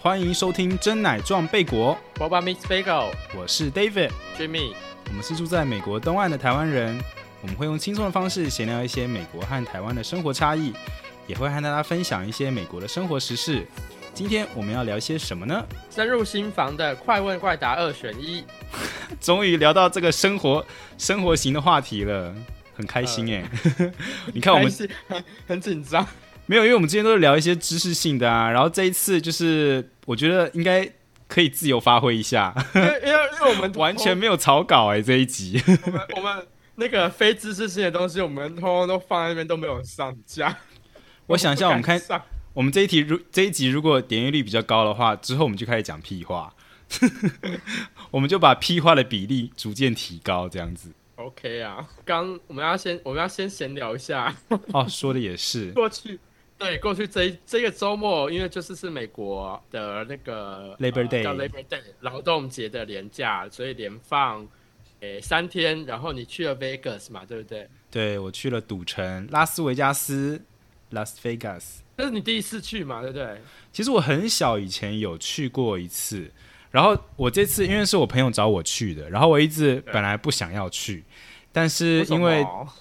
欢迎收听真奶撞贝果 Boba Meets Bagel， 我是 David Jimmy， 我们是住在美国东岸的台湾人，我们会用轻松的方式闲聊一些美国和台湾的生活差异，也会和大家分享一些美国的生活时事。今天我们要聊些什么呢？ 深入心房的快问快答2选1， 终于聊到这个生活型的话题了，很开心耶。你看我们很紧张， 没有，因为我们之前都是聊一些知识性的啊，然后这一次就是我觉得应该可以自由发挥一下， 因为我们完全没有草稿哎，这一集我们那个非知识性的东西，我们通通都放在那边都没有上架。 我想一下，我们看我们这一集如果点阅率比较高的话，之后我们就开始讲屁话，我们就把屁话的比例逐渐提高，这样子。 OK 啊，我们要先闲聊一下。 哦，说的也是。 过去这个周末，因为是美国的那个 Labor Day， 叫 Labor Day 劳动节的连假，所以连放3天。然后你去了 Vegas 嘛，对不对？ 对，我去了赌城拉斯维加斯 Las Vegas。 这是你第一次去嘛，对不对？ 其实我很小以前有去过一次，然后我这次因为是我朋友找我去的，然后我一直本来不想要去，但是因为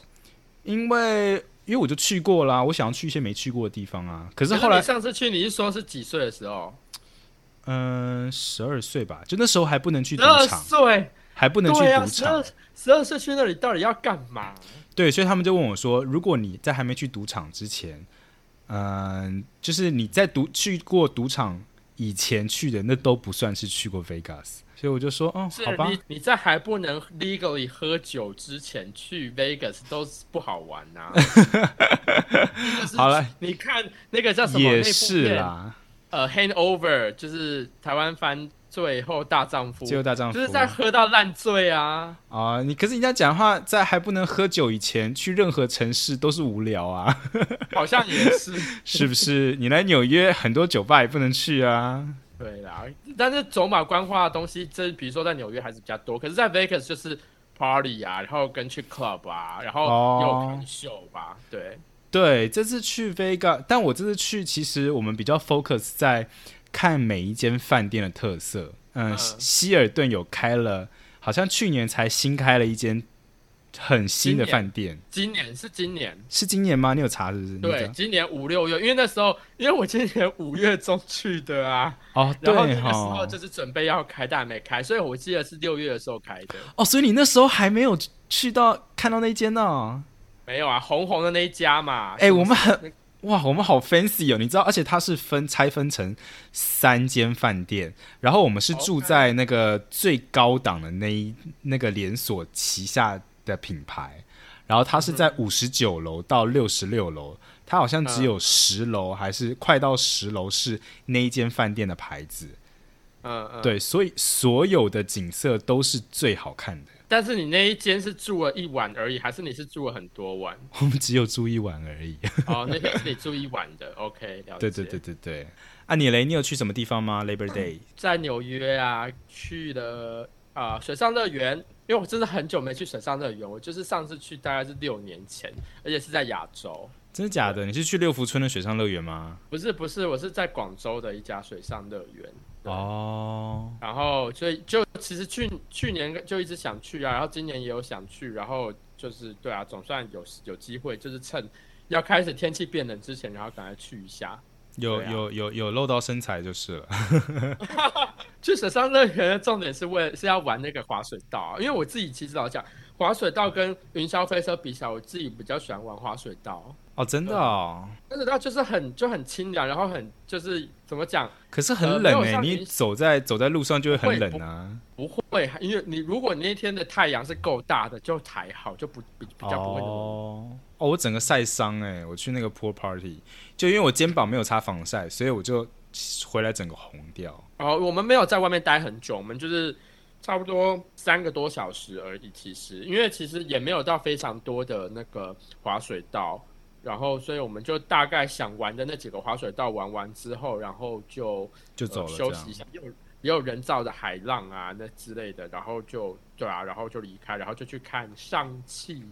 我就去过啦，我想要去一些没去过的地方啊。可是后来你上次去你是说是几岁的时候 ？12岁吧，就那时候还不能去赌场 ，12岁还不能去赌场。 12岁去那里到底要干嘛？ 对，所以他们就问我说，如果你在还没去赌场之前，就是你在去过赌场以前去的，那都不算是去过 Vegas。所以我就说，哦，好吧。 你在还不能 legally 喝酒之前去 Vegas 都不好玩呐。 好了， 你看那个叫什么？ 也是啦。 Hangover 就是台湾翻最后大丈夫， 最后大丈夫就是在喝到烂醉啊！ 可是你这样讲的话，在还不能喝酒以前，去任何城市都是无聊啊。 好像也是， 是不是？你来纽约很多酒吧也不能去啊。 对啦，但是走马观花的东西，比如说在纽约还是比较多，可是在 Vegas 就是 party 啊，然后跟去 club 啊，然后又看秀吧， 对，这次去 Vegas， 但我这次去其实我们比较 focus 在看每一间饭店的特色。希尔顿有开了，好像去年才新开了一间很新的饭店。 今年是今年吗？你有查是不是？ 对，今年5、6月，因为那时候我今年5月中去的啊。 对， 然后那个时候就是准备要开，但还没开，所以我记得是6月的时候开的。 所以你那时候还没有看到那间呢？ 没有啊，红红的那一家嘛。 我们好 fancy 哦，你知道，而且它是拆分成3间饭店，然后我们是住在那个最高档的那个连锁旗下的品牌，然后它是在59楼到66楼，它好像只有10楼还是快到10楼是那一间饭店的牌子。对，所以所有的景色都是最好看的。 但是你那一间是住了1晚而已，还是你是住了很多晚？ 我们只有住1晚而已。 那天是你住1晚的，OK， 了解。 对。你嘞？你有去什么地方吗 ？Labor Day 在纽约啊，去了水上乐园，因为我真的很久没去水上乐园，我就是上次去大概是6年前，而且是在亚洲。 真的假的？你是去六福村的水上乐园吗？ 不是，我是在广州的一家水上乐园。然后所以其实去年就一直想去啊，然后今年也有想去，然后就是对啊，总算有机会，就是趁要开始天气变冷之前，然后赶快去一下。 有露到身材就是了。 去水上乐园的重点是要玩那个滑水道啊，因为我自己其实老讲滑水道跟云霄飞车比起来，我自己比较喜欢玩滑水道。 真的哦。 滑水道就是很清凉，然后就是怎么讲？ 可是很冷你走在路上就会很冷啊。 不会，因为如果你那天的太阳是够大的，就还好，就比较不会那么冷。 我整个晒伤我去那个 pool party， 就因为我肩膀没有擦防晒，所以我就回来整个红掉。 我们没有在外面待很久，我们就是差不多3个多小时而已。因为其实也没有到非常多的那个滑水道，然后所以我们就大概想玩的那几个滑水道玩完之后，然后就走了，休息一下。也有人造的海浪啊那之类的，然后就离开，然后就去看上汽。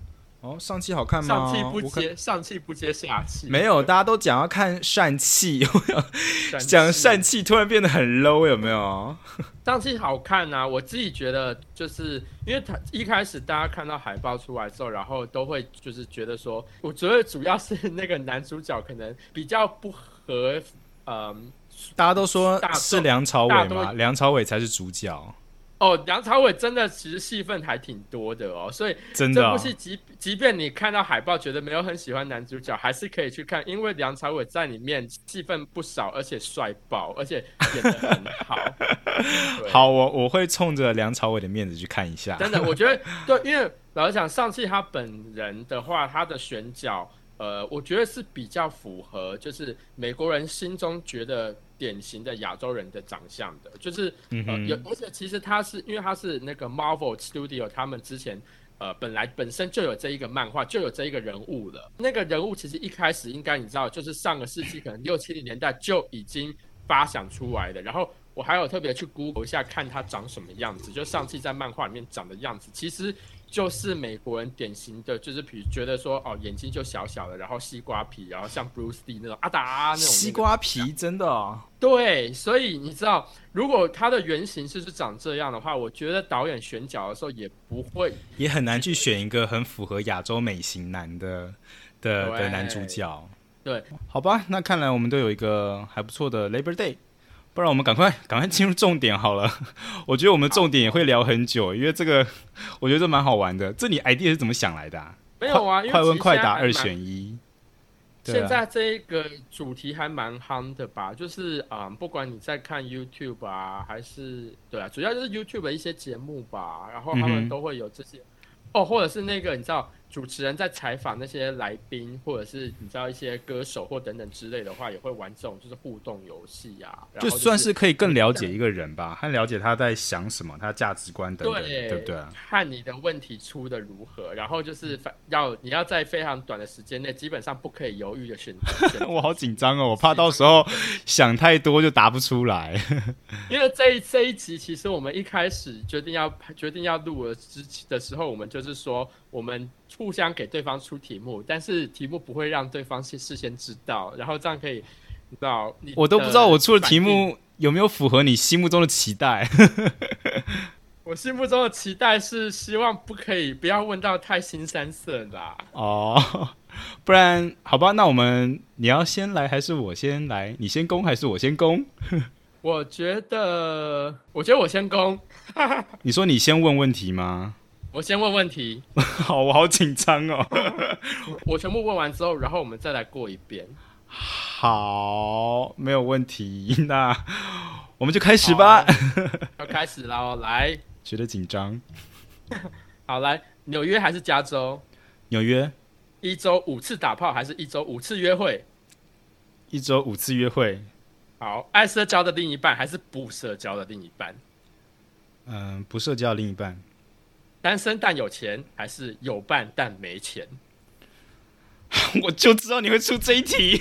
哦，上气好看吗？ 上气不接下气。 没有，大家都讲要看疝气，讲疝气突然变得很 low， 有没有？ 上气好看啊！我自己觉得，就是因为他一开始大家看到海报出来之后，然后都会就是觉得说，我觉得主要是那个男主角可能比较不合， 大家都说是梁朝伟嘛，梁朝伟才是主角。 哦，梁朝伟真的其实戏份还挺多的哦，所以这部戏即便你看到海报觉得没有很喜欢男主角，还是可以去看，因为梁朝伟在里面戏份不少，而且帅爆，而且演得很好。 好，我会冲着梁朝伟的面子去看一下。 真的，我觉得对，因为老实讲，上汽他本人的话，他的选角，我觉得是比较符合，就是美国人心中觉得典型的亚洲人的长相的，就是而且其实他是因为他是那个 Marvel Studio 他们之前本身就有这一个漫画，就有这一个人物了。那个人物其实一开始应该你知道，就是上个世纪可能60、70年代就已经发想出来的。然后我还有特别去 Google 一下看他长什么样子，就上汽在漫画里面长的样子，其实就是美国人典型的，就是比如觉得说哦眼睛就小小的，然后西瓜皮，然后像 Bruce Lee 那种阿达那种西瓜皮，真的哦。 对，所以你知道，如果他的原型是长这样的话，我觉得导演选角的时候也不会， 也很难去选一个很符合亚洲美型男的男主角。 对， 好吧，那看来我们都有一个还不错的 Labor Day。不然我们赶快进入重点好了。我觉得我们重点也会聊很久，因为这个我觉得这蛮好玩的。这你 idea 是怎么想来的啊？ 没有啊， 快问快答2选1。 现在这个主题还蛮夯的吧？就是不管你在看 YouTube 啊，还是对啊，主要就是 YouTube 的一些节目吧，然后他们都会有这些或者是那个你知道。主持人在采访那些来宾，或者是你知道一些歌手或等等之类的话，也会玩这种就是互动游戏啊， 就算是可以更了解一个人吧，和了解他在想什么，他价值观等等，对不对？ 看你的问题出的如何，然后就是你要在非常短的时间内，基本上不可以犹豫的选择。 我好紧张哦，我怕到时候想太多就答不出来。 因为这一集其实我们一开始决定要录的时候，我们就是说我们互相给对方出题目，但是题目不会让对方事先知道，然后这样可以，你知道， 我都不知道我出的题目有没有符合你心目中的期待。 我心目中的期待是希望不要问到太腥膻色啦。 哦，不然好吧，那你要先来还是我先来？你先攻还是我先攻？ 我觉得我先攻。 你说你先问问题吗？ 我先问问题。 好，我好紧张哦。 我全部问完之后，然后我们再来过一遍。 好，没有问题。那我们就开始吧。 要开始了，来。 觉得紧张。 好，来，纽约还是加州？ 纽约。 一周5次打炮还是一周5次约会？ 一周5次约会。 好，爱社交的另一半还是不社交的另一半？ 不社交的另一半。 单身但有钱还是有伴但没钱？ 我就知道你会出这一题。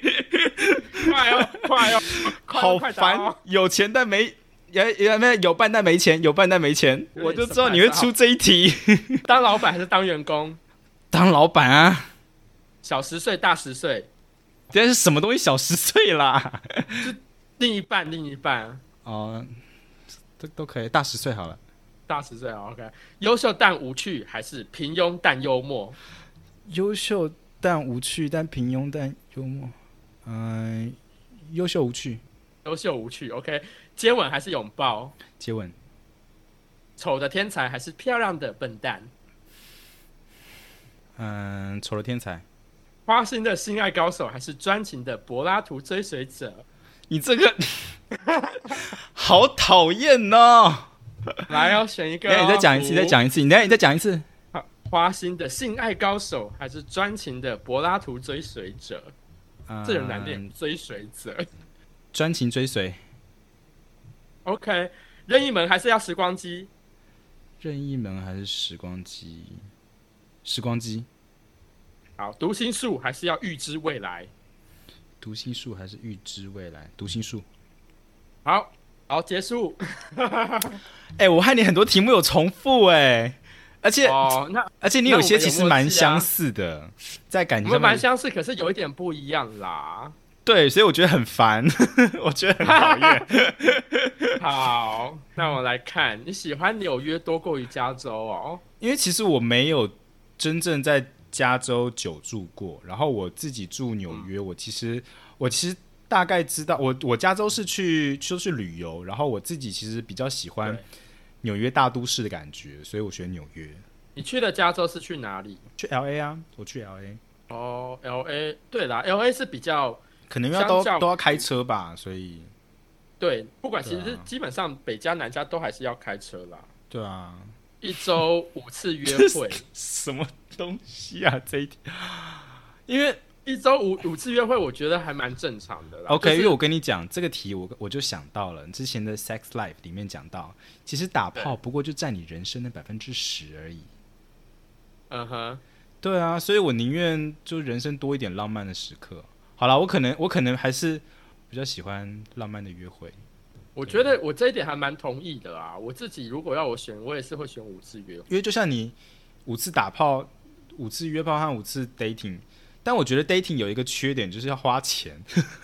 快哦， 好烦！有钱但没有伴但没钱，有伴但没钱，我就知道你会出这一题。 当老板还是当员工？ 当老板啊！ 小10岁大10岁？ 这是什么东西？小10岁啦？ 就另一半哦，都可以，大10岁好了。 大10岁 OK。优秀但无趣还是平庸但幽默？ 优秀但无趣，但平庸但幽默。优秀无趣。 优秀无趣 OK。接吻还是拥抱？ 接吻。 丑的天才还是漂亮的笨蛋？ 丑的天才。 花心的性爱高手还是专情的柏拉图追随者？ 你这个好讨厌哦！ 来，要选一个。 你再讲一次，你再讲一次。 花心的性爱高手还是专情的柏拉图追随者？这人难念，追随者。 专情追随。 OK， 任意门还是要时光机？ 任意门还是时光机？时光机。 好，读心术还是要预知未来？ 读心术还是预知未来？读心术。 好，结束。 我和你很多题目有重复而且那而且你有些其实蛮相似的，在感情上面蛮相似，可是有一点不一样啦。 对，所以我觉得很烦，我觉得很讨厌。 好，那我来看，你喜欢纽约多过于加州哦？ 因为其实我没有真正在加州久住过，然后我自己住纽约，我其实大概知道，我加州是去旅游，然后我自己其实比较喜欢纽约大都市的感觉，所以我选纽约。 你去的加州是去哪里？ 去 LA 啊，我去 LA。 哦，LA， 对啦，LA 是比较可能都要开车吧，所以对，不管其实基本上北加南加都还是要开车啦。 对啊， 一周5次约会， 什么东西啊？这一点，因为一周五次约会，我觉得还蛮正常的啦。 OK，因为我跟你讲这个题我就想到了之前的 Sex Life 里面讲到，其实打炮不过就占你人生的10%而已。 嗯哼， 对啊，所以我宁愿就人生多一点浪漫的时刻。好啦，我可能还是比较喜欢浪漫的约会。 我觉得我这一点还蛮同意的啦。我自己如果要我选，我也是会选5次约会， 因为就像你5次打炮、5次约炮和5次 dating。但我觉得 dating 有一个缺点，就是要花钱，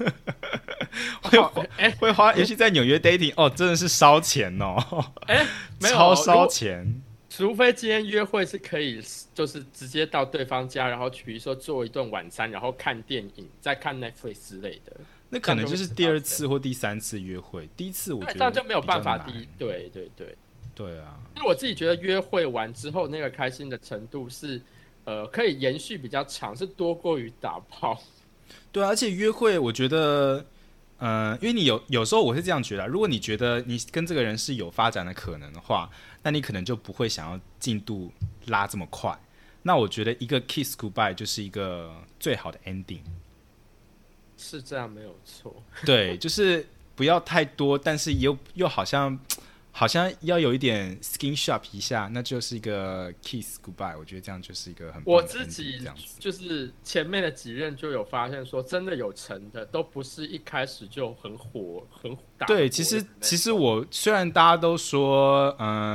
会花，尤其在纽约 dating， 真的是烧钱哦， 没有， 超烧钱。 除非今天约会是可以，就是直接到对方家，然后比如说做一顿晚餐，然后看电影，再看 Netflix 之类的， 那可能就是第2次或第3次约会。第1次我觉得这样就没有办法对啊。因为我自己觉得约会完之后那个开心的程度是。可以延续比较长，是多过于打炮。 对啊，而且约会，我觉得，因为你有时候我是这样觉得，如果你觉得你跟这个人是有发展的可能的话，那你可能就不会想要进度拉这么快。那我觉得一个 kiss goodbye 就是一个最好的 ending。 是这样，没有错。 对，就是不要太多，但是又好像要有一点 skin shop 一下，那就是一个 kiss goodbye。我觉得这样就是一个很棒的 ending， 我自己就是前面的几任就有发现说，真的有成的都不是一开始就很火很打。 对，其实我虽然大家都说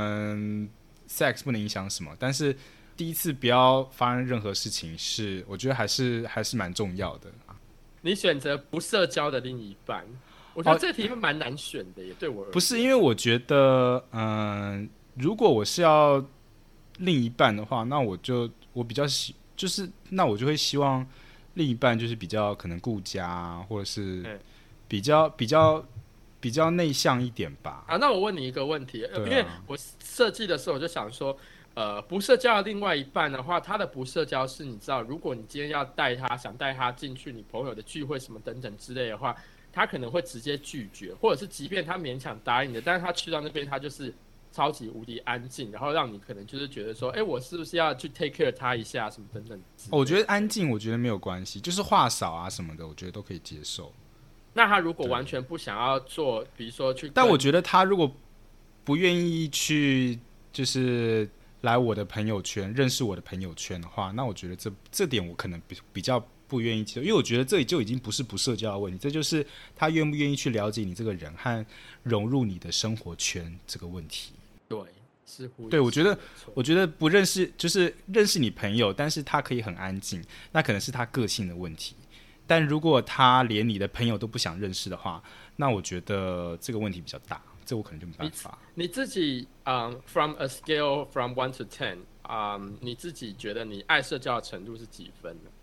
sex 不能影响什么，但是第一次不要发生任何事情是我觉得还是蛮重要的。 你选择不社交的另一半。我觉得这题蛮难选的，也对我而言。 不是，因为我觉得，如果我是要另一半的话，那我比较就是那我就会希望另一半就是比较可能顾家，或者是比较内向一点吧。 啊，那我问你一个问题，因为我设计的时候我就想说，不社交的另外一半的话，他的不社交是你知道，如果你今天要想带他进去你朋友的聚会什么等等之类的话。他可能会直接拒绝，或者是即便他勉强答应的，但是他去到那边他就是超级无敌安静，然后让你可能就是觉得说，我是不是要去 take care 他一下什么等等。 我觉得安静，我觉得没有关系，就是话少啊什么的，我觉得都可以接受。 那他如果完全不想要做，比如说去， 但我觉得他如果不愿意去，就是来我的朋友圈认识我的朋友圈的话，那我觉得这点我可能比较。不愿意接受，因为我觉得这里就已经不是不社交的问题，这就是他愿不愿意去了解你这个人和融入你的生活圈这个问题。 对，似乎对，我觉得不认识就是认识你朋友，但是他可以很安静，那可能是他个性的问题。但如果他连你的朋友都不想认识的话，那我觉得这个问题比较大，这我可能就没办法。 你自己from a scale from 1 to 10，你自己觉得你爱社交的程度是几分呢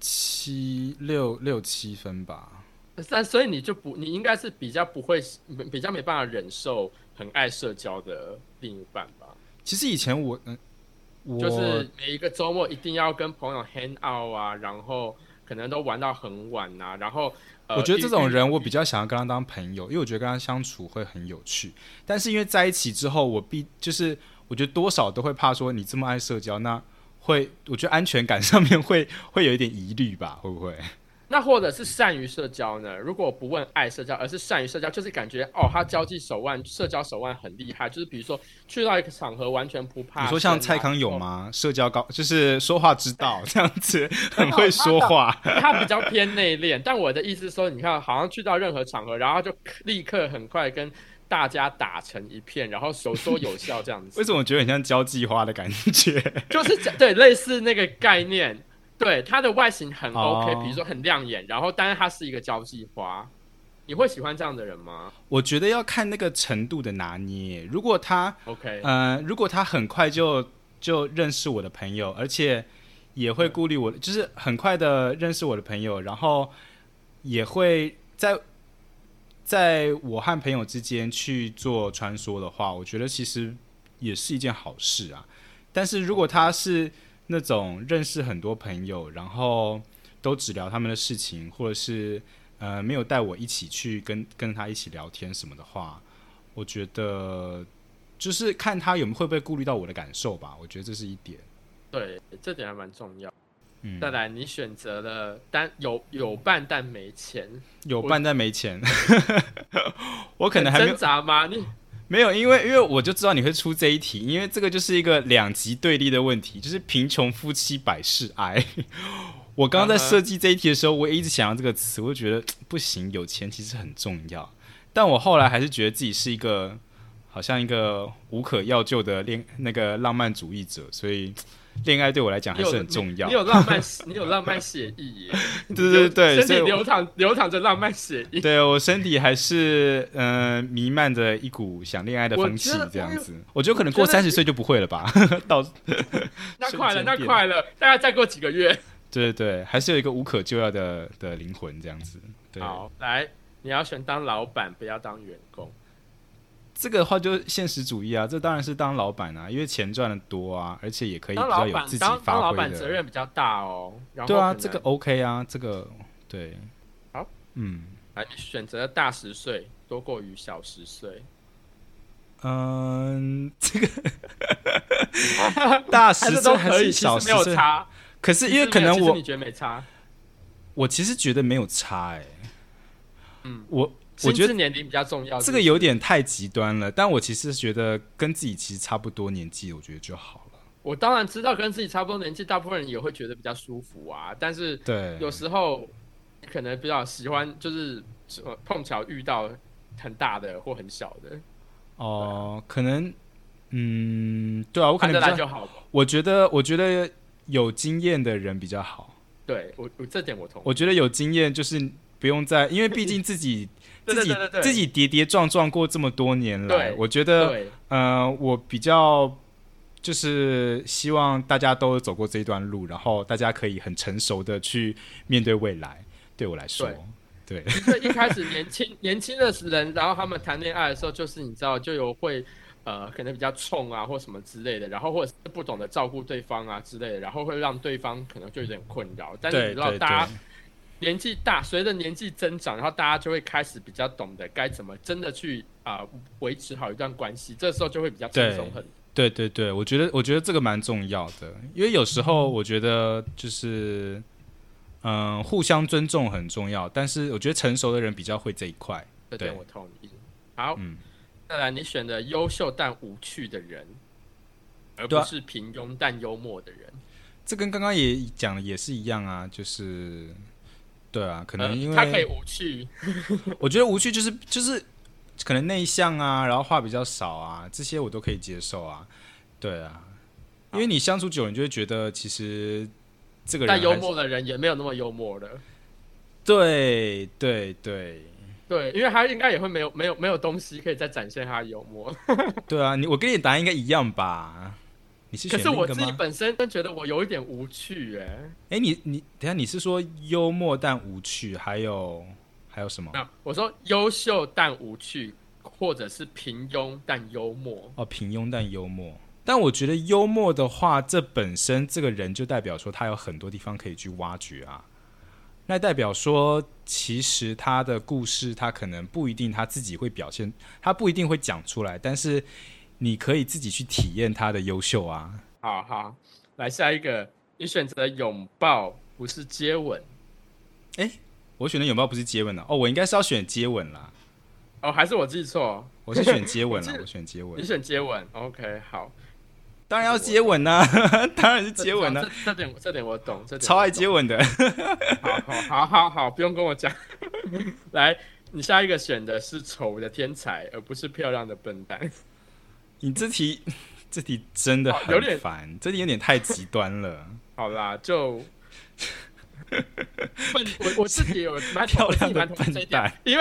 ？6、7分吧。 所以你应该是比较没办法忍受很爱社交的另一半吧？ 其实以前我就是每一个周末一定要跟朋友 hang out 啊，然后可能都玩到很晚啊，然后我觉得这种人我比较想要跟他当朋友，因为我觉得跟他相处会很有趣。但是因为在一起之后，就是我觉得多少都会怕说你这么爱社交，那我觉得安全感上面会有一点疑虑吧，会不会？ 那或者是善于社交呢？如果不问爱社交，而是善于社交，就是感觉他社交手腕很厉害。就是比如说去到一个场合完全不怕。 你说像蔡康永吗？社交高，就是说话之道这样子，很会说话。 他比较偏内敛，但我的意思是说，你看，好像去到任何场合，然后就立刻很快跟大家打成一片，然后有说有笑这样子。 为什么我觉得很像交际花的感觉？ 就是对类似那个概念，对它的外形很 OK，、比如说很亮眼，然后但是它是一个交际花，你会喜欢这样的人吗？ 我觉得要看那个程度的拿捏。如果他 OK， 如果他很快就认识我的朋友，而且也会顾虑我，就是很快的认识我的朋友，然后也会在我和朋友之间去做穿梭的话，我觉得其实也是一件好事啊。但是如果他是那种认识很多朋友，然后都只聊他们的事情，或者是没有带我一起去跟他一起聊天什么的话，我觉得就是看他会不会顾虑到我的感受吧。我觉得这是一点。 对，这点还蛮重要。再来，你选择了有伴但没钱， 有伴但没钱，我可能还没有挣扎吗？你没有，因为我就知道你会出这一题，因为这个就是一个两极对立的问题，就是贫穷夫妻百事哀。我刚刚在设计这一题的时候，我也一直想要这个词，我就觉得不行，有钱其实很重要。但我后来还是觉得自己是好像一个无可药救的那个浪漫主义者，所以恋爱对我来讲还是很重要。 你有浪漫血液耶， 对， 身体流淌着浪漫血液。 对，我身体还是弥漫着一股想恋爱的风气，这样子。我觉得可能过30岁就不会了吧？ 那快了，大概再过几个月。 对，还是有一个无可救药的灵魂这样子。对， 好，来，你要选当老板，不要当员工。 这个的话就现实主义啊，这当然是当老板啊，因为钱赚的多啊，而且也可以比较有自己发挥的。 当老板责任比较大哦。 对啊，这个 OK 啊，这个对。 好，来，你选择大10岁多过于小10岁。 这个大10岁还是小10岁没有差。 可是因为可能你觉得没差？ 我其实觉得没有差我觉得心智年龄比较重要， 这个有点太极端了。但我其实觉得跟自己其实差不多年纪，我觉得就好了。 我当然知道跟自己差不多年纪，大部分人也会觉得比较舒服啊。但是有时候你可能比较喜欢，就是碰巧遇到很大的或很小的。 可能对啊，我可能比较就好。 我觉得有经验的人比较好。 对，我这点我同意。 我觉得有经验就是不用再，因为毕竟自己跌跌撞撞过这么多年来，我觉得我比较就是希望大家都走过这一段路，然后大家可以很成熟的去面对未来。对我来说，对， 一开始年轻的人，然后他们谈恋爱的时候，就是你知道就有会。可能比较冲啊，或什么之类的，然后或者是不懂得照顾对方啊之类的，然后会让对方可能就有点困扰。但是你知道，大家年纪大，随着年纪增长，然后大家就会开始比较懂得该怎么真的去维持好一段关系，这时候就会比较轻松很多。 对，我觉得这个蛮重要的，因为有时候我觉得就是互相尊重很重要，但是我觉得成熟的人比较会这一块。 这点我同意。好。再来，你选的优秀但无趣的人，而不是平庸但幽默的人。 这跟刚刚也讲的也是一样啊，就是对啊，可能因为他可以无趣。 我觉得无趣就是可能内向啊，然后话比较少啊，这些我都可以接受啊。对啊，因为你相处久了，你就会觉得其实这个人， 但幽默的人也没有那么幽默了。 对。 对，因为他应该也会没有东西可以再展现他的幽默。对啊，我跟你答案应该一样吧？你是选那个吗？ 可是我自己本身觉得我有一点无趣你等一下你是说幽默但无趣，还有什么？ 我说优秀但无趣，或者是平庸但幽默。 平庸但幽默。但我觉得幽默的话，这本身这个人就代表说他有很多地方可以去挖掘啊。那代表说，其实他的故事，他可能不一定他自己会表现，他不一定会讲出来，但是你可以自己去体验他的优秀啊。 好，来下一个，你选择拥抱，不是接吻。 我选的拥抱不是接吻了。我应该是要选接吻啦。 还是我记错？ 我是选接吻啦，我选接吻。 你选接吻 ，OK， 好。 当然要接吻啊，当然是接吻啊。 这点我懂， 超爱接吻的。 好，不用跟我讲。来， 你下一个选的是丑的天才，而不是漂亮的笨蛋。 你这题真的很烦，这题有点太极端了。 好啦，就我自己有蛮漂亮的笨蛋， 因为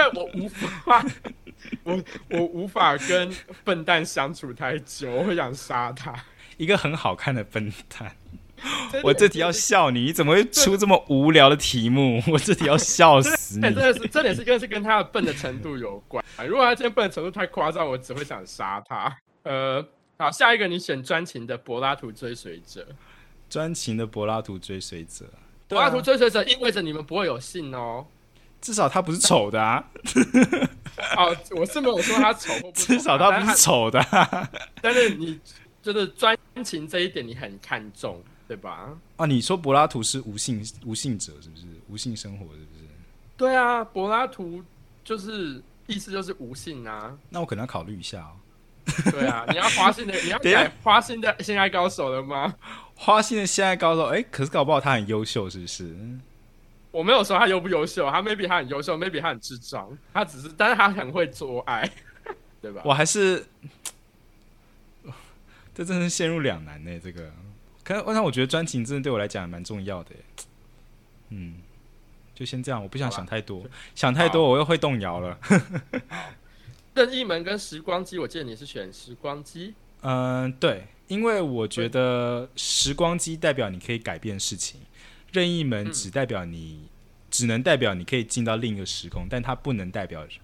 我无法跟笨蛋相处太久，我会想杀他。 一个很好看的笨蛋。我这题要笑你，你怎么会出这么无聊的题目？我这题要笑死你！ 这点是跟他的笨的程度有关。如果他今天笨的程度太夸张，我只会想杀他。好，下一个你选专情的柏拉图追随者。 专情的柏拉图追随者， 柏拉图追随者意味着你们不会有性哦。 至少他不是丑的啊。 哦，我是没有说他丑或不丑， 至少他不是丑的啊。 但是你就是专情这一点你很看重。对吧？ 啊，你说柏拉图是无性者是不是？无性生活是不是？ 对啊，柏拉图就是意思就是无性啊。 那我可能要考虑一下哦。 对啊，你要改花心的性爱高手了吗？ 花心的性爱高手，可是搞不好他很优秀，是不是？ 我没有说他优不优秀，他 maybe 他很优秀 ，maybe 他很智障，但是他很会做爱，对吧？ 我还是，这真是陷入两难呢，这个。但我觉得专情真的对我来讲蛮重要的，就先这样，我不想想太多，想太多我又会动摇了。 任意门跟时光机，我记得你是选时光机。 对，因为我觉得时光机代表你可以改变事情，任意门只能代表你可以进到另一个时空，但它不能代表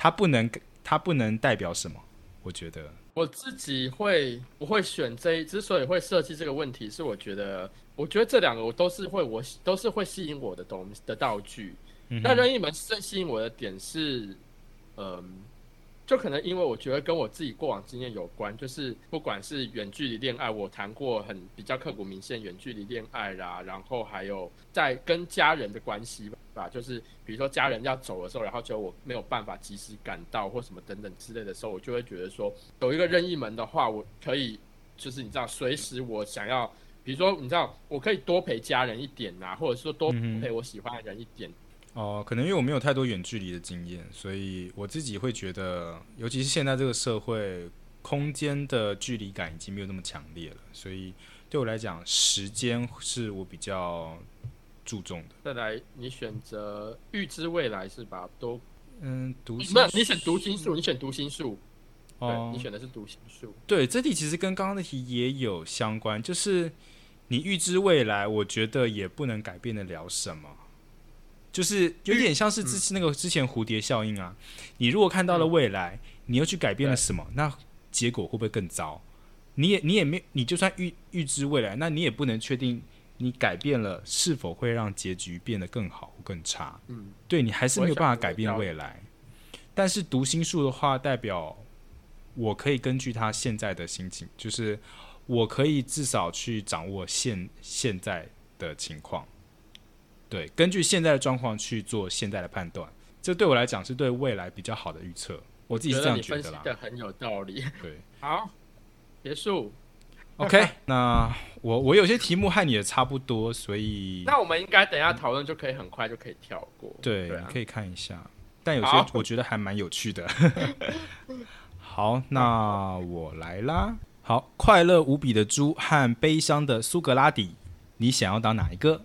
什么，我觉得。 我自己会选之所以会设计这个问题，是我觉得这两个我都是会吸引我的东西的道具。那任意门最吸引我的点是，就可能因为我觉得跟我自己过往经验有关，就是不管是远距离恋爱，我谈过比较刻骨铭心远距离恋爱啦，然后还有在跟家人的关系吧，就是比如说家人要走的时候，然后就我没有办法及时赶到或什么等等之类的时候，我就会觉得说有一个任意门的话，我可以就是你知道随时我想要，比如说你知道我可以多陪家人一点啊，或者说多陪我喜欢的人一点。 可能因为我没有太多远距离的经验，所以我自己会觉得，尤其是现在这个社会，空间的距离感已经没有那么强烈了，所以对我来讲，时间是我比较注重的。 再来，你选择预知未来是吧？ 读心术， 没有，你选读心术，你选读心术。对，你选的是读心术。 对，这题其实跟刚刚的题也有相关，就是你预知未来，我觉得也不能改变得了什么。就是有点像是之前蝴蝶效应啊，你如果看到了未来，你又去改变了什么，那结果会不会更糟？你也没，你就算预知未来，那你也不能确定你改变了是否会让结局变得更好或更差。对，你还是没有办法改变未来。但是读心术的话，代表我可以根据他现在的心情，就是我可以至少去掌握现在的情况。对，根据现在的状况去做现在的判断，这对我来讲是对未来比较好的预测。我自己是这样觉得啦。 你分析的很有道理。 对， 好，结束。 OK， 那我有些题目和你的差不多，所以那我们应该等一下讨论就可以很快就可以跳过。 对，你可以看一下，但有些我觉得还蛮有趣的。好，那我来啦。好，快乐无比的猪和悲伤的苏格拉底，你想要当哪一个？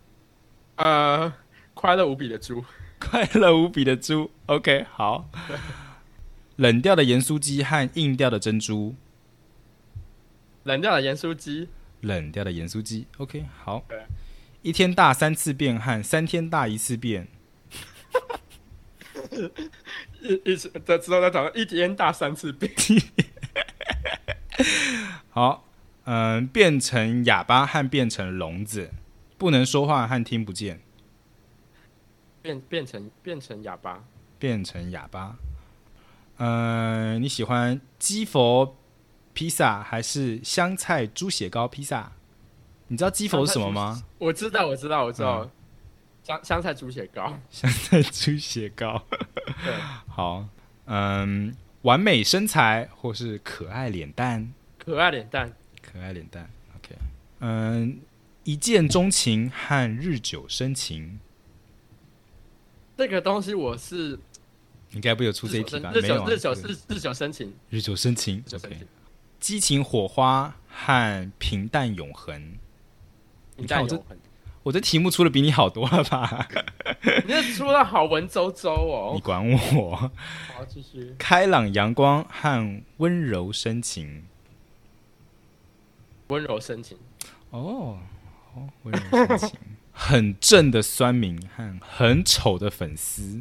快乐无比的猪， 快乐无比的猪。OK， 好。冷掉的盐酥鸡和硬掉的珍珠。 冷掉的盐酥鸡。 冷掉的盐酥鸡。OK， 好。一天大3次便和3天大1次便。 之后再讨论一天大3次便。 好，变成哑巴和变成聋子。不能说话和听不见。 变成哑巴。 变成哑巴。你喜欢鸡佛披萨还是香菜猪血糕披萨？你知道鸡佛是什么吗？ 我知道。香菜猪血糕。 香菜猪血糕。 对。 好，完美身材或是可爱脸蛋？ 可爱脸蛋。 可爱脸蛋。OK。一见钟情和日久生情。 这个东西我是应该不有出这一题吧？ 日没有、啊， 日久生情， 日久生情。 日久生情 OK， 激情火花和平淡永恒。 平淡永恒。 我这题目出的比你好多了吧？ 你这出的好文绉绉哦。 你管我？ 好，继续。 开朗阳光和温柔深情。 温柔深情。 哦，温柔深情。很正的酸民和很丑的粉丝。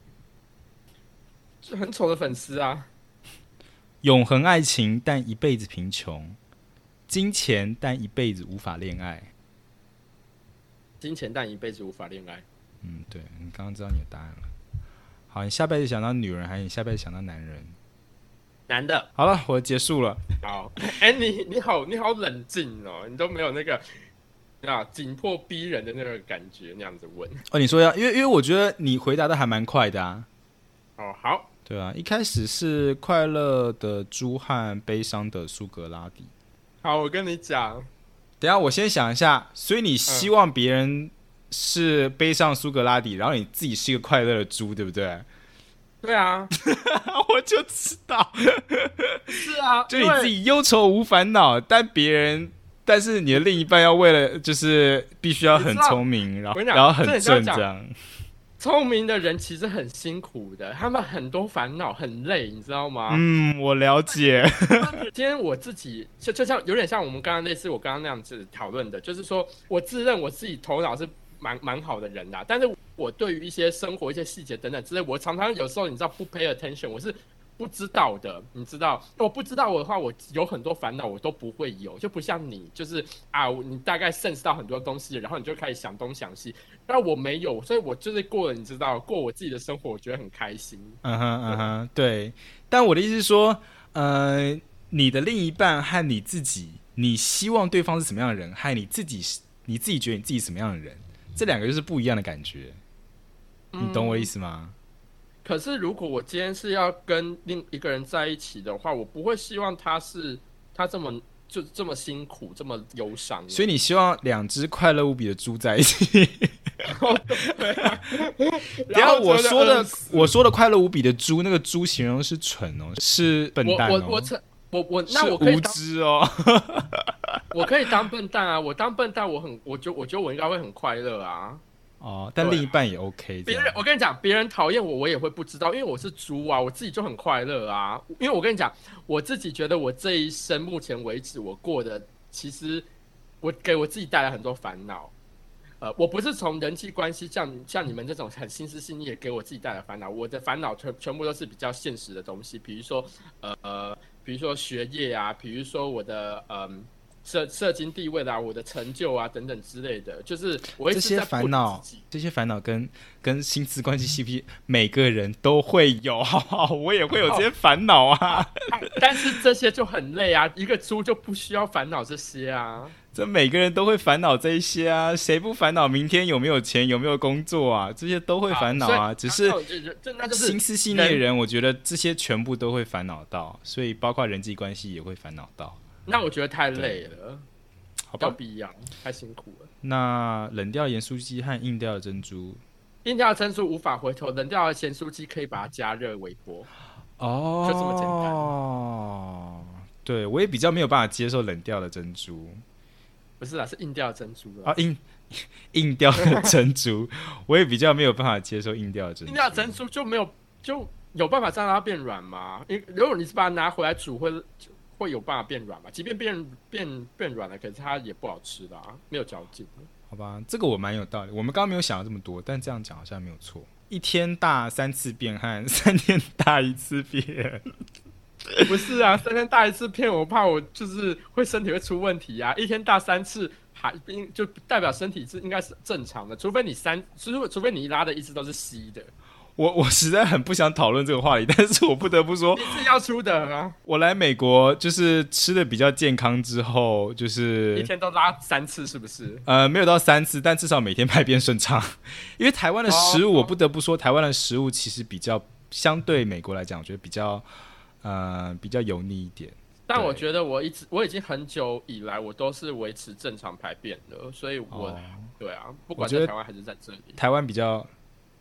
很丑的粉丝啊。 永恒爱情但一辈子贫穷，金钱但一辈子无法恋爱。 金钱但一辈子无法恋爱。 对，你刚刚知道你的答案了。好，你下辈子想当女人，还是你下辈子想当男人？ 男的。 好了，我结束了。 好，你好冷静哦，你都没有那个紧迫逼人的那个感觉，那样子问。 哦，你说要，因为我觉得你回答的还蛮快的啊。 哦，好。 对啊，一开始是快乐的猪和悲伤的苏格拉底。 好，我跟你讲。 等一下，我先想一下。所以你希望别人是悲伤的苏格拉底，然后你自己是一个快乐的猪，对不对？ 对啊。 我就知道。 是啊， 就你自己忧愁无烦恼，但是你的另一半要为了就是必须要很聪明，然后很正这样。 聪明的人其实很辛苦的，他们很多烦恼，很累，你知道吗？ 我了解。 今天我自己就像有点像我们刚刚类似我刚刚那样子讨论的，就是说我自认我自己头脑是蛮好的人啦，但是我对于一些生活一些细节等等之类，我常常有时候你知道不 pay attention， 我是不知道的，你知道，我不知道的话，我有很多烦恼我都不会有，就不像你，就是你大概sense到很多东西，然后你就开始想东想西，但我没有，所以我就是过我自己的生活，我觉得很开心。 对。但我的意思是说，你的另一半和你自己，你希望对方是什么样的人，和你自己觉得你自己什么样的人，这两个就是不一样的感觉。你懂我意思吗？ 可是如果我今天是要跟另一个人在一起的话，我不会希望他这么辛苦，这么忧伤。 所以你希望两只快乐无比的猪在一起。 对啊。 然后我说的快乐无比的猪，那个猪形容是蠢哦，是笨蛋哦。 那我可以无知哦。 我可以当笨蛋啊！我当笨蛋，我觉得我应该会很快乐啊。 但另一半也 OK。 我跟你讲，别人讨厌我也会不知道，因为我是猪啊，我自己就很快乐啊。因为我跟你讲，我自己觉得我这一生目前为止我过的，其实我给我自己带来很多烦恼。我不是从人际关系像你们这种很心思细腻的给我自己带来烦恼，我的烦恼全部都是比较现实的东西，比如说学业啊，比如说我的社经地位啦、我的成就啊等等之类的，就是我一直在这些烦恼跟心思关系细皮，每个人都会有，好不好？我也会有这些烦恼啊。 但是这些就很累啊，一个猪就不需要烦恼这些啊。 这每个人都会烦恼这一些啊，谁不烦恼明天有没有钱、有没有工作啊？这些都会烦恼啊，只是心思细腻的人，我觉得这些全部都会烦恼到，所以包括人际关系也会烦恼到。 那我觉得太累了， 好吧， 要不一样，太辛苦了。 那冷掉盐酥鸡和硬掉的珍珠， 硬掉的珍珠无法回头，冷掉的咸酥鸡可以把它加热微波。就这么简单。 对，我也比较没有办法接受冷掉的珍珠。 不是啦，是硬掉的珍珠啦。 硬掉的珍珠，我也比较没有办法接受硬掉的珍珠。 硬掉的珍珠就有办法让它变软吗？如果你是把它拿回来煮，会有办法变软吗？即便变软了，可是它也不好吃的啊，没有嚼劲。 好吧，这个我蛮有道理。我们刚刚没有想到这么多，但这样讲好像没有错。一天大3次便和3天大1次便。 不是啊，3天大1次便，我怕我就是身体会出问题啊。一天大3次，就代表身体应该是正常的，除非你拉的一直都是稀的。 我实在很不想讨论这个话题，但是我不得不说， 你是要出的啊！ 我来美国就是吃的比较健康之后，就是一天都拉3次，是不是？ 没有到3次，但至少每天排便顺畅。因为台湾的食物，我不得不说，台湾的食物其实比较相对美国来讲，我觉得比较油腻一点。 但我觉得我已经很久以来，我都是维持正常排便的，所以对啊，不管在台湾还是在这里， 台湾比较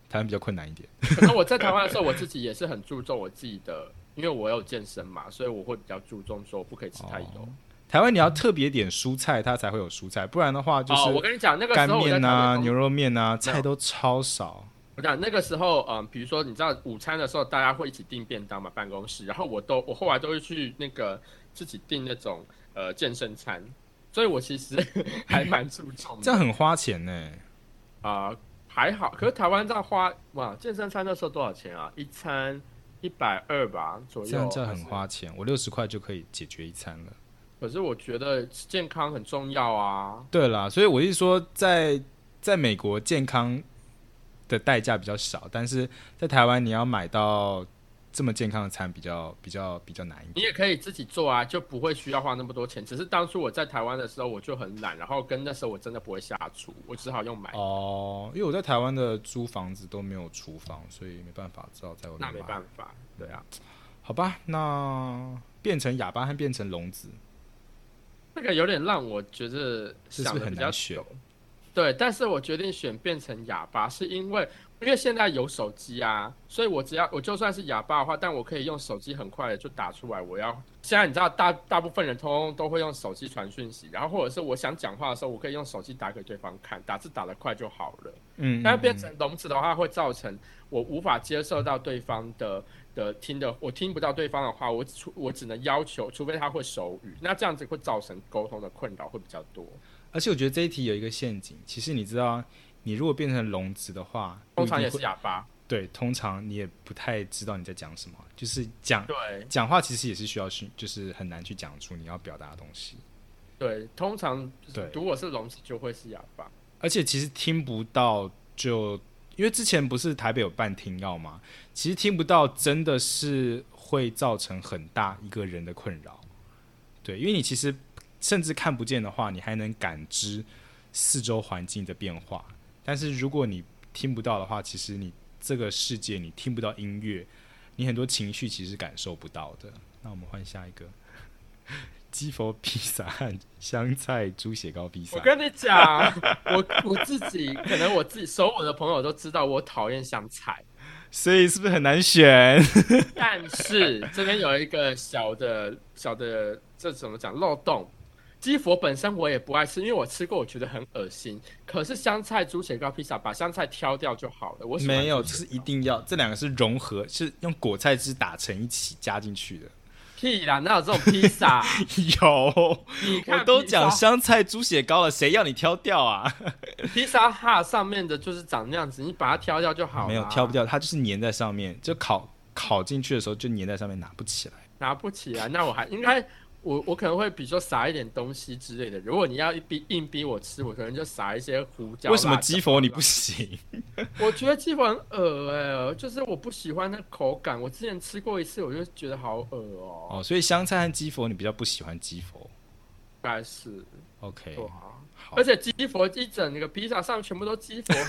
台湾比较困难一点。 可能我在台湾的时候，我自己也是很注重我自己的，因为我有健身嘛，所以我会比较注重说不可以吃太油。 台湾你要特别点蔬菜，它才会有蔬菜，不然的话就是我跟你讲，那个时干候我在面啊、 台北牛肉面啊，菜都超少。 我讲那个时候，比如说你知道午餐的时候，大家会一起订便当嘛，办公室，然后我后来都会去那个自己订那种健身餐，所以我其实还蛮注重的。 这样很花钱呢。 还好，可是台湾这样花哇，健身餐那时候多少钱啊？一餐120吧左右。 这样很花钱，我60块就可以解决一餐了。 可是我觉得健康很重要啊。 对啦，所以我是说在美国健康的代价比较少，但是在台湾你要买到这么健康的餐比较难一点。 你也可以自己做啊，就不会需要花那么多钱。只是当初我在台湾的时候，我就很懒，然后跟那时候我真的不会下厨，我只好用买。 因为我在台湾的租房子都没有厨房，所以没办法，只好在外面买。 那没办法，对啊。 好吧，那变成哑巴和变成聋子， 那个有点让我觉得想的比较久。对，但是我决定选变成哑巴，是因为现在有手机啊，所以我就算是哑巴的话，但我可以用手机很快的就打出来。现在你知道大部分人通通都会用手机传讯息，然后或者是我想讲话的时候，我可以用手机打给对方看，打字打得快就好了。但是变成聋子的话，会造成我无法接受到对方的我听不到对方的话，我只能要求，除非他会手语，那这样子会造成沟通的困扰会比较多。 而且我觉得这一题有一个陷阱，其实你知道，你如果变成聋子的话， 通常也是哑巴。 对，通常你也不太知道你在讲什么，就是讲话其实也是需要就是很难去讲出你要表达的东西。 对，通常如果是聋子就会是哑巴。 而且其实听不到因为之前不是台北有办听药吗？其实听不到真的是会造成很大一个人的困扰。对，因为你其实甚至看不见的话，你还能感知四周环境的变化。但是如果你听不到的话，其实你这个世界你听不到音乐，你很多情绪其实感受不到的。那我们换下一个，鸡佛披萨和香菜猪血糕披萨。 我跟你讲，我自己可能我自己熟我的朋友都知道我讨厌香菜， 所以是不是很难选？ 但是这边有一个小的，这怎么讲漏洞？鸡佛本身我也不爱吃，因为我吃过，我觉得很恶心。可是香菜猪血糕披萨，把香菜挑掉就好了。 没有，这是一定要，这两个是融合，是用果菜汁打成一起加进去的。 屁啦，哪有这种披萨？ 有，我都讲香菜猪血糕了，谁要你挑掉啊？ 披萨哈上面的就是长那样子，你把它挑掉就好了。 没有挑不掉，它就是粘在上面，就烤进去的时候就粘在上面，拿不起来。 拿不起来，那我还应该。我可能会比如说撒一点东西之类的，如果你要硬逼我吃，我可能就撒一些胡椒。 为什么鸡佛你不行？ 我觉得鸡佛很恶就是我不喜欢那口感。我之前吃过一次，我就觉得好恶哦。 所以香菜和鸡佛你比较不喜欢鸡佛？ 应该是 OK。好， 而且鸡佛一整那个披萨上全部都鸡佛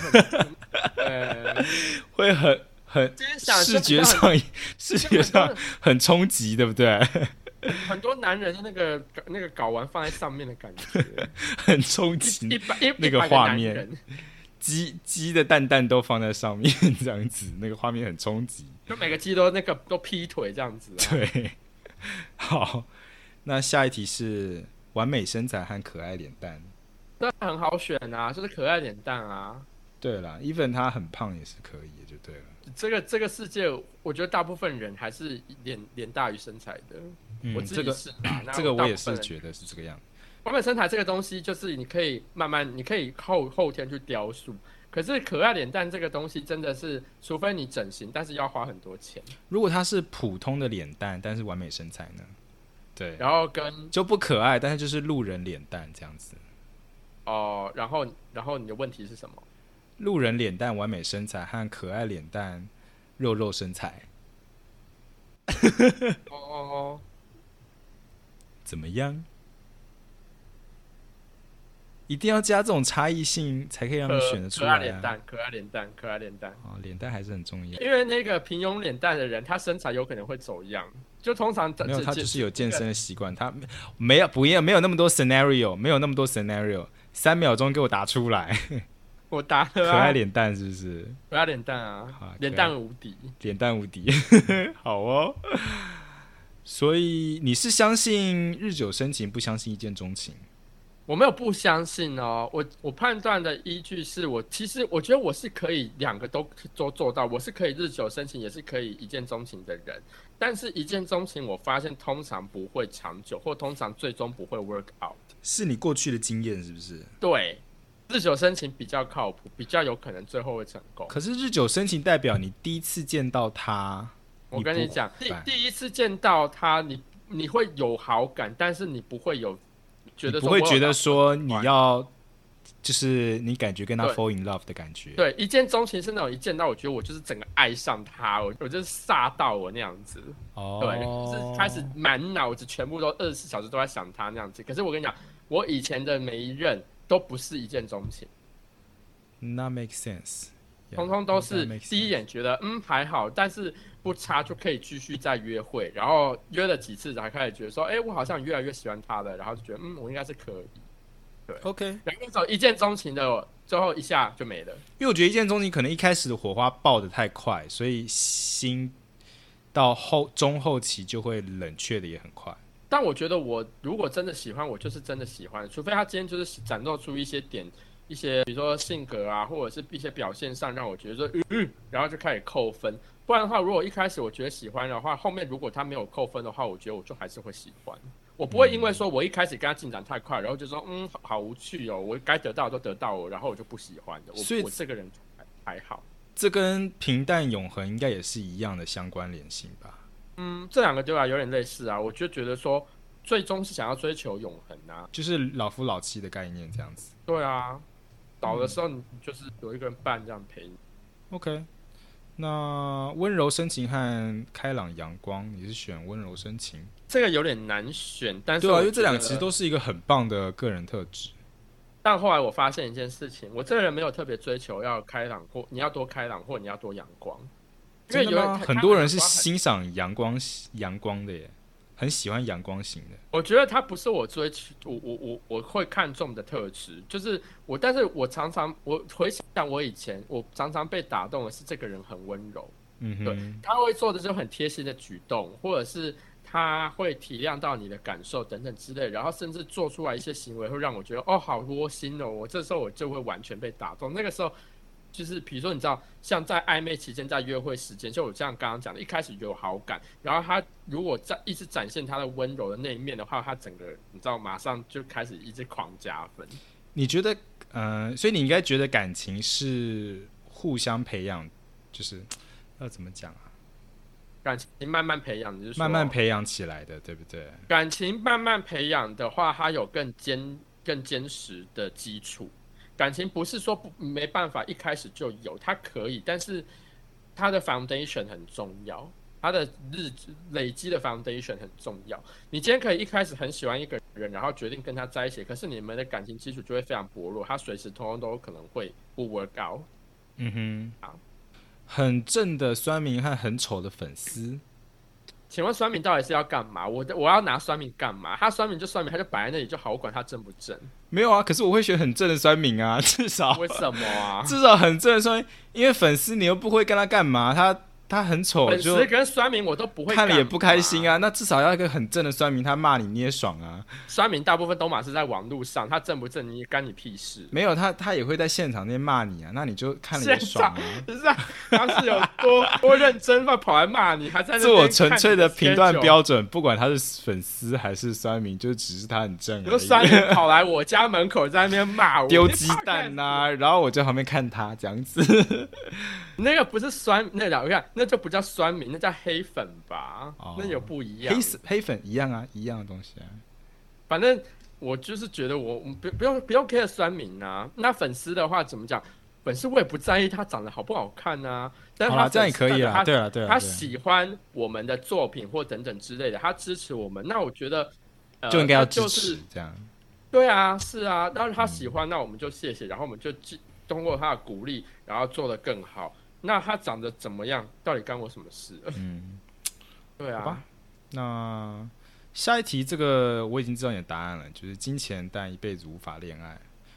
会很视觉上很冲击，对不对？ 很多男人的那个睾丸放在上面的感觉， 很冲击。那个画面，鸡的蛋都放在上面，这样子，那个画面很冲击。 就每个鸡都都劈腿这样子。 对，好，那下一题是完美身材和可爱脸蛋。 这很好选啊，就是可爱脸蛋啊。 对啦 ，even 他很胖也是可以，就对了。 这个世界，我觉得大部分人还是脸大于身材的。我自己是这个我也是觉得是这个样子。 完美身材这个东西，就是你可以慢慢，你可以后天去雕塑。可是可爱脸蛋这个东西，真的是，除非你整形，但是要花很多钱。 如果它是普通的脸蛋，但是完美身材呢？对， 然后就不可爱，但是就是路人脸蛋这样子。 然后你的问题是什么？ 路人脸蛋完美身材和可爱脸蛋肉身材。怎么样？一定要加这种差异性，才可以让你选得出来、啊。 可爱脸蛋。 脸蛋还是很重要。 因为那个平庸脸蛋的人，他身材有可能会走样。就通常没有，他就是有健身的习惯，他没有那么多 scenario， 没有那么多 scenario，3秒钟给我打出来。 我答了啊， 可爱脸蛋是不是？ 可爱脸蛋啊，脸蛋无敌， 脸蛋无敌，好哦。所以你是相信日久生情，不相信一见钟情？ 我没有不相信哦，我判断的依据是其实我觉得我是可以两个都做到，我是可以日久生情，也是可以一见钟情的人。但是一见钟情，我发现通常不会长久，或通常最终不会 work out。 是你过去的经验是不是？ 对，日久生情比较靠谱，比较有可能最后会成功。 可是日久生情代表你第一次见到他， 我跟你讲，第一次见到他，你会有好感，但是你不会有觉得说， 你不会觉得说你要，就是你感觉跟他 fall in love 的感觉。 对，一见钟情是那种一见到，我觉得我就是整个爱上他，我就是煞到我那样子。 哦， 对，就是开始满脑子全部都24小时都在想他那样子。可是我跟你讲，我以前的每一任都不是一见钟情， 那 make sense。 通通都是第一眼觉得还好，但是不差就可以继续再约会，然后约了几次才开始觉得说，我好像越来越喜欢他了，然后就觉得我应该是可以。对 ，OK。 然后那种一见钟情的，最后一下就没了。 因为我觉得一见钟情可能一开始的火花爆得太快，所以心到中后期就会冷却的也很快。 但我觉得我如果真的喜欢，我就是真的喜欢，除非他今天就是展露出一些点。一些比如说性格啊，或者是一些表现上让我觉得说然后就开始扣分。不然的话，如果一开始我觉得喜欢的话，后面如果他没有扣分的话，我觉得我就还是会喜欢。我不会因为说我一开始跟他进展太快，然后就说好无趣哦，我该得到的都得到了，然后我就不喜欢的。我这个人还好。 这跟平淡永恒应该也是一样的相关联性吧？ 这两个对吧有点类似啊。我就觉得说，最终是想要追求永恒啊， 就是老夫老妻的概念这样子。 对啊。老的时候，你就是有一个人伴这样陪你。 OK， 那温柔深情和开朗阳光，你是选温柔深情？ 这个有点难选，但是对啊，因为这两个其实都是一个很棒的个人特质。 但后来我发现一件事情，我这个人没有特别追求要开朗，或你要多开朗，或你要多阳光。因为很多人是欣赏阳光的耶。很喜欢阳光型的， 我觉得他不是我追求，我会看重的特质，就是但是我常常回想我以前，我常常被打动的是这个人很温柔，对，他会做的就很贴心的举动，或者是他会体谅到你的感受等等之类，然后甚至做出来一些行为会让我觉得好窝心哦，我这时候我就会完全被打动，那个时候。就是比如说，你知道，像在暧昧期间，在约会时间，就我像刚刚讲的，一开始有好感，然后他如果一直展现他的温柔的那一面的话，他整个你知道，马上就开始一直狂加分。 你觉得，所以你应该觉得感情是互相培养，就是要怎么讲啊？ 感情慢慢培养，就是说慢慢培养起来的，对不对？ 感情慢慢培养的话，它有更坚实的基础。感情不是说没办法一开始就有，它可以，但是它的 foundation 很重要，它的累积的 foundation 很重要。你今天可以一开始很喜欢一个人，然后决定跟他在一起，可是你们的感情基础就会非常薄弱，他随时通通都有可能会不 work out。好， 很正的酸民和很丑的粉丝。 请问酸民到底是要干嘛？我要拿酸民干嘛？他酸民就酸民，他就摆在那里就好，我管他正不正。 没有啊，可是我会选很正的酸民啊，至少为什么啊？ 至少很正的酸民，因为粉丝你又不会跟他干嘛，他很丑， 粉丝跟酸民我都不会看了也不开心啊。那至少要一个很正的酸民，他骂你你也爽啊。 酸民大部分都嘛是在网络上，他正不正你干你屁事。 没有他也会在现场那边骂你啊，那你就看了也爽啊。 是啊，他是有多认真嘛，跑来骂你，还在那边是我纯粹的评断标准，不管他是粉丝还是酸民，就只是他很正而已。 你说酸民跑来我家门口在那边骂我， 丢鸡蛋啊，然后我在旁边看他这样子。 那个不是酸，我看那就不叫酸民，那叫黑粉吧？那有不一样。 黑粉一样啊，一样的东西啊。 反正我就是觉得我不用 care 酸民啊。那粉丝的话怎么讲？粉丝我也不在意他长得好不好看啊。但是他这样也可以啦。对啊， 他喜欢我们的作品或等等之类的，他支持我们，那我觉得就应该要支持这样。 对啊，是啊。但是他喜欢，那我们就谢谢，然后我们就通过他的鼓励，然后做得更好。那他长得怎么样，到底干我什么事？对啊。 好吧，那下一题这个我已经知道你的答案了，就是金钱但一辈子无法恋爱。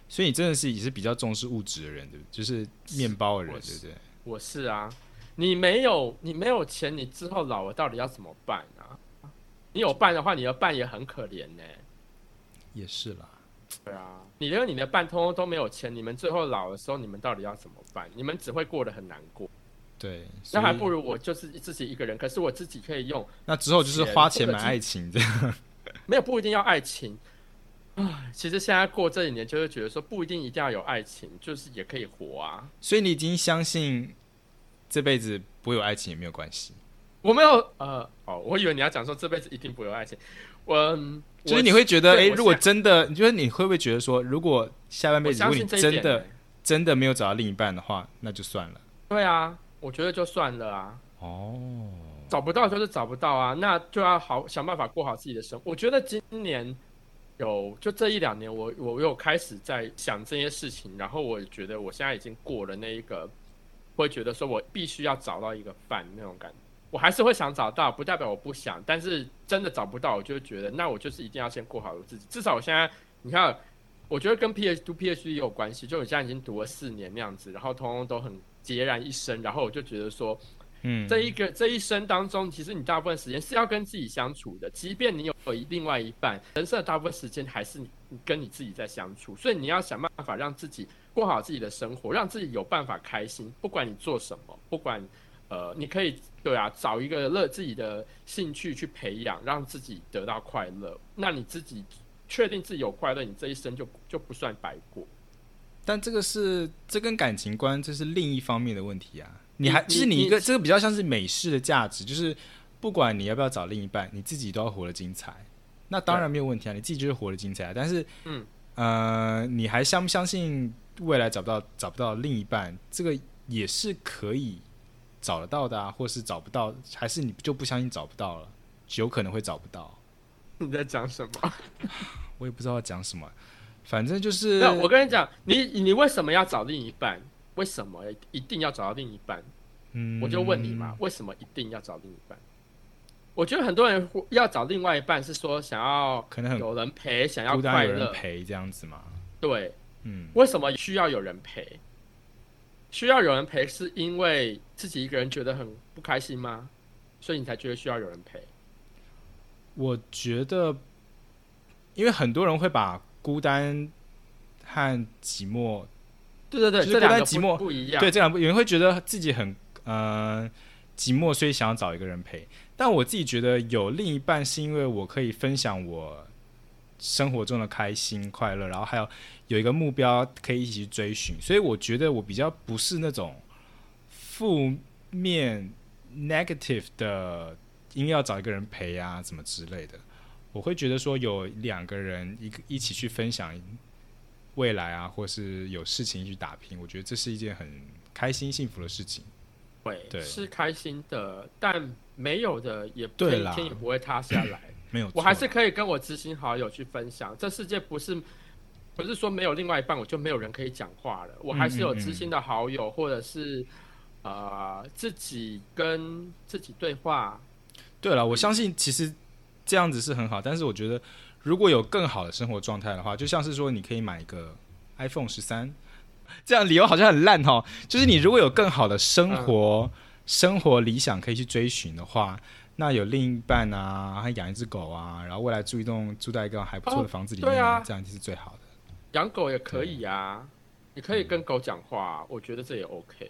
所以你真的是也是比较重视物质的人，对不对？就是面包的人，对不对？ 我是啊，你没有钱，你之后老了到底要怎么办啊？你有伴的话，你的伴也很可怜呢。 也是啦。 对啊，你连你的伴通通都没有钱，你们最后老的时候，你们到底要怎么办？你们只会过得很难过。 对， 那还不如我就是自己一个人，可是我自己可以用。 那之后就是花钱买爱情这样。 没有不一定要爱情。其实现在过这几年，就会觉得说不一定要有爱情，就是也可以活啊。 所以你已经相信这辈子不会有爱情也没有关系。 我没有我以为你要讲说这辈子一定不会有爱情。 就是你会觉得，如果真的，你觉得你会不会觉得说，如果下半辈子如果你真的没有找到另一半的话，那就算了。 对啊，我觉得就算了啊。 哦， 找不到就是找不到啊，那就要想办法过好自己的生活。我觉得今年就这1-2年，我有开始在想这些事情，然后我觉得我现在已经过了那一个，会觉得说我必须要找到一个伴那种感觉。我还是会想找到，不代表我不想，但是真的找不到，我就觉得那我就是一定要先过好我自己。至少我现在，你看，我觉得跟 PhD 也有关系，就我现在已经读了4年那样子，然后通通都很孑然一身，然后我就觉得说，这一生当中，其实你大部分时间是要跟自己相处的，即便你有另外一半，人生的大部分时间还是你跟你自己在相处，所以你要想办法让自己过好自己的生活，让自己有办法开心，不管你做什么，不管你可以找一个自己的兴趣去培养，让自己得到快乐。那你自己确定自己有快乐，你这一生就不算白过。 但这跟感情观这是另一方面的问题啊。就是你一个这个比较像是美式的价值，就是不管你要不要找另一半，你自己都要活得精彩。那当然没有问题啊，你自己就是活得精彩。但是你还相不相信未来找不到另一半，这个也是可以找得到的啊，或是找不到，还是你就不相信找不到了，有可能会找不到。 你在讲什么？ 我也不知道要讲什么，反正就是。 我跟你讲，你为什么要找另一半？为什么一定要找到另一半？我就问你嘛，为什么一定要找另一半？我觉得很多人要找另外一半是说想要可能有人陪，想要孤单快乐， 有人陪这样子嘛。 对，为什么需要有人陪？需要有人陪是因为自己一个人觉得很不开心吗？所以你才觉得需要有人陪？ 我觉得，因为很多人会把孤单和寂寞， 对， 就是这两个寂寞不一样。 对，这两个有人会觉得自己很寂寞，所以想要找一个人陪。但我自己觉得有另一半是因为我可以分享我生活中的开心快乐，然后还有一个目标可以一起去追寻，所以我觉得我比较不是那种负面 negative 的，因为要找一个人陪啊什么之类的。我会觉得说有2个人一起去分享未来啊，或是有事情一起打拼，我觉得这是一件很开心幸福的事情。 对，是开心的，但没有的也天也不会塌下来。 没有错， 我还是可以跟我知心好友去分享。这世界不是说没有另外一半我就没有人可以讲话了，我还是有知心的好友，或者是自己跟自己对话。 对了，我相信其实这样子是很好，但是我觉得如果有更好的生活状态的话，就像是说你可以买一个 iPhone 13，这样理由好像很烂齁。就是你如果有更好的生活理想可以去追寻的话，那有另一半啊，还养一只狗啊，然后未来住在一个还不错的房子里面， 对啊， 这样就是最好的。 养狗也可以啊，你可以跟狗讲话，我觉得这也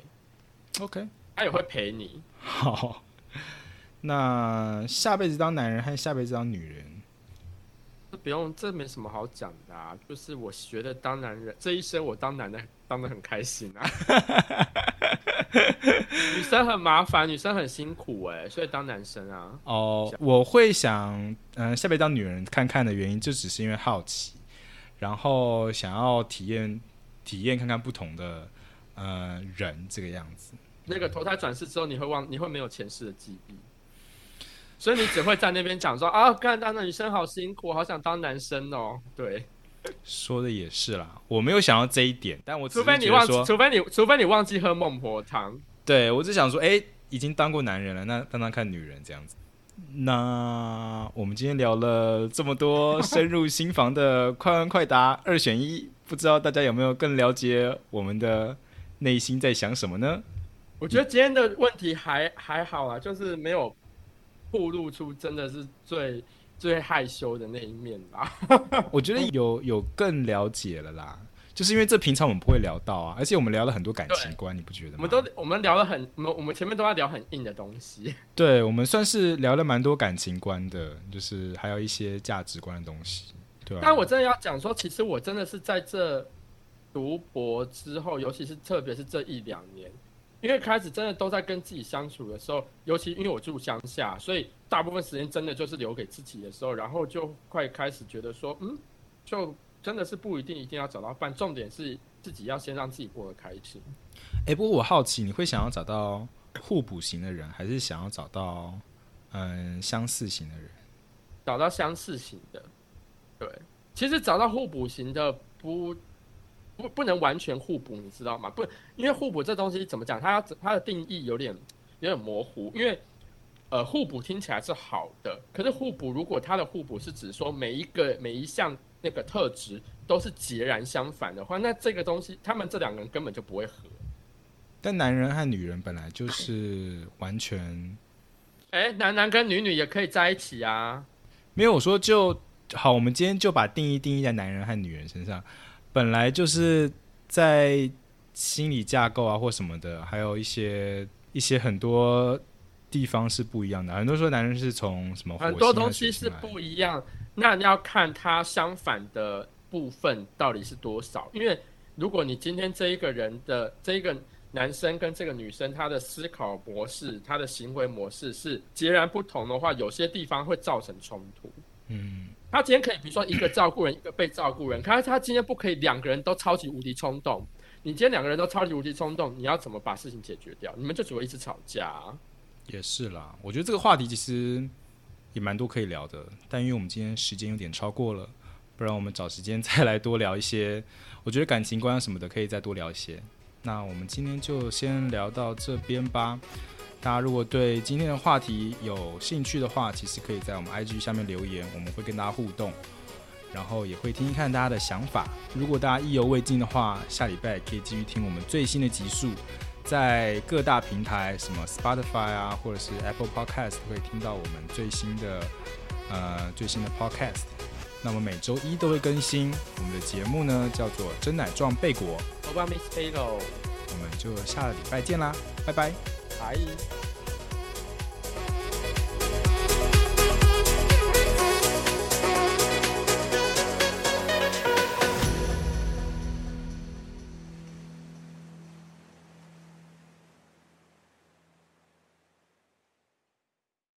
OK， 它也会陪你。 好，那下辈子当男人和下辈子当女人， 不用，这没什么好讲的啊。就是我觉得当男人这一生，我当男的当得很开心啊。女生很麻烦，女生很辛苦所以当男生啊。 我会想，下辈子当女人看看的原因，就只是因为好奇，然后想要体验看看不同的人这个样子。 那个投胎转世之后，你会没有前世的记忆，所以你只会在那边讲说看当女生好辛苦，好想当男生哦。对。 说的也是啦，我没有想到这一点，但我只是觉得说， 除非你忘记喝孟婆汤。 对，我只想说，已经当过男人了，那当当看女人这样子。那我们今天聊了这么多深入心房的快问快答2选1， 不知道大家有没有更了解我们的内心在想什么呢？ 我觉得今天的问题还好啦，就是没有暴露出真的是最害羞的那一面啦。 我觉得有更了解了啦，就是因为这平常我们不会聊到啊，而且我们聊了很多感情观，你不觉得吗？ 我们聊了我们前面都在聊很硬的东西。 对，我们算是聊了蛮多感情观的，就是还有一些价值观的东西，对啊。 但我真的要讲说，其实我真的是在这读博之后，尤其是特别是这1-2年。因为开始真的都在跟自己相处的时候，尤其因为我住乡下，所以大部分时间真的就是留给自己的时候，然后就快开始觉得说，就真的是不一定要找到伴，重点是自己要先让自己过得开心。 不过我好奇，你会想要找到互补型的人，还是想要找到相似型的人？ 找到相似型的，对，其实找到互补型的不能完全互补，你知道吗？不，因为互补这东西怎么讲？它的定义有点模糊。因为互补听起来是好的，可是互补如果它的互补是指说每一项那个特质都是截然相反的话，那这个东西他们这2个人根本就不会合。 但男人和女人本来就是完全， 男跟女也可以在一起啊。 没有我说就好，我们今天就把定义在男人和女人身上。本来就是在心理架构啊或什么的，还有一些很多地方是不一样的。很多说男人是从什么火星很多东西是不一样，那你要看它相反的部分到底是多少。因为如果你今天这一个人的这一个男生跟这个女生，他的思考模式、他的行为模式是截然不同的话，有些地方会造成冲突。他今天可以比如说一个照顾人一个被照顾人，可是他今天不可以2个人都超级无敌冲动。你今天2个人都超级无敌冲动，你要怎么把事情解决掉？你们就只会一直吵架啊。 也是啦，我觉得这个话题其实也蛮多可以聊的，但因为我们今天时间有点超过了，不然我们找时间再来多聊一些。我觉得感情观什么的可以再多聊一些。那我们今天就先聊到这边吧。大家如果对今天的话题有兴趣的话，其实可以在我们 IG 下面留言，我们会跟大家互动，然后也会听听看大家的想法。如果大家意犹未尽的话，下礼拜可以继续听我们最新的集数，在各大平台什么 Spotify 啊，或者是 Apple Podcast 会听到我们最新的 Podcast。那我们每周1都会更新我们的节目呢，叫做真奶撞贝果。 我叫 Miss Pelo， 我们就下个礼拜见啦，拜拜。 拜。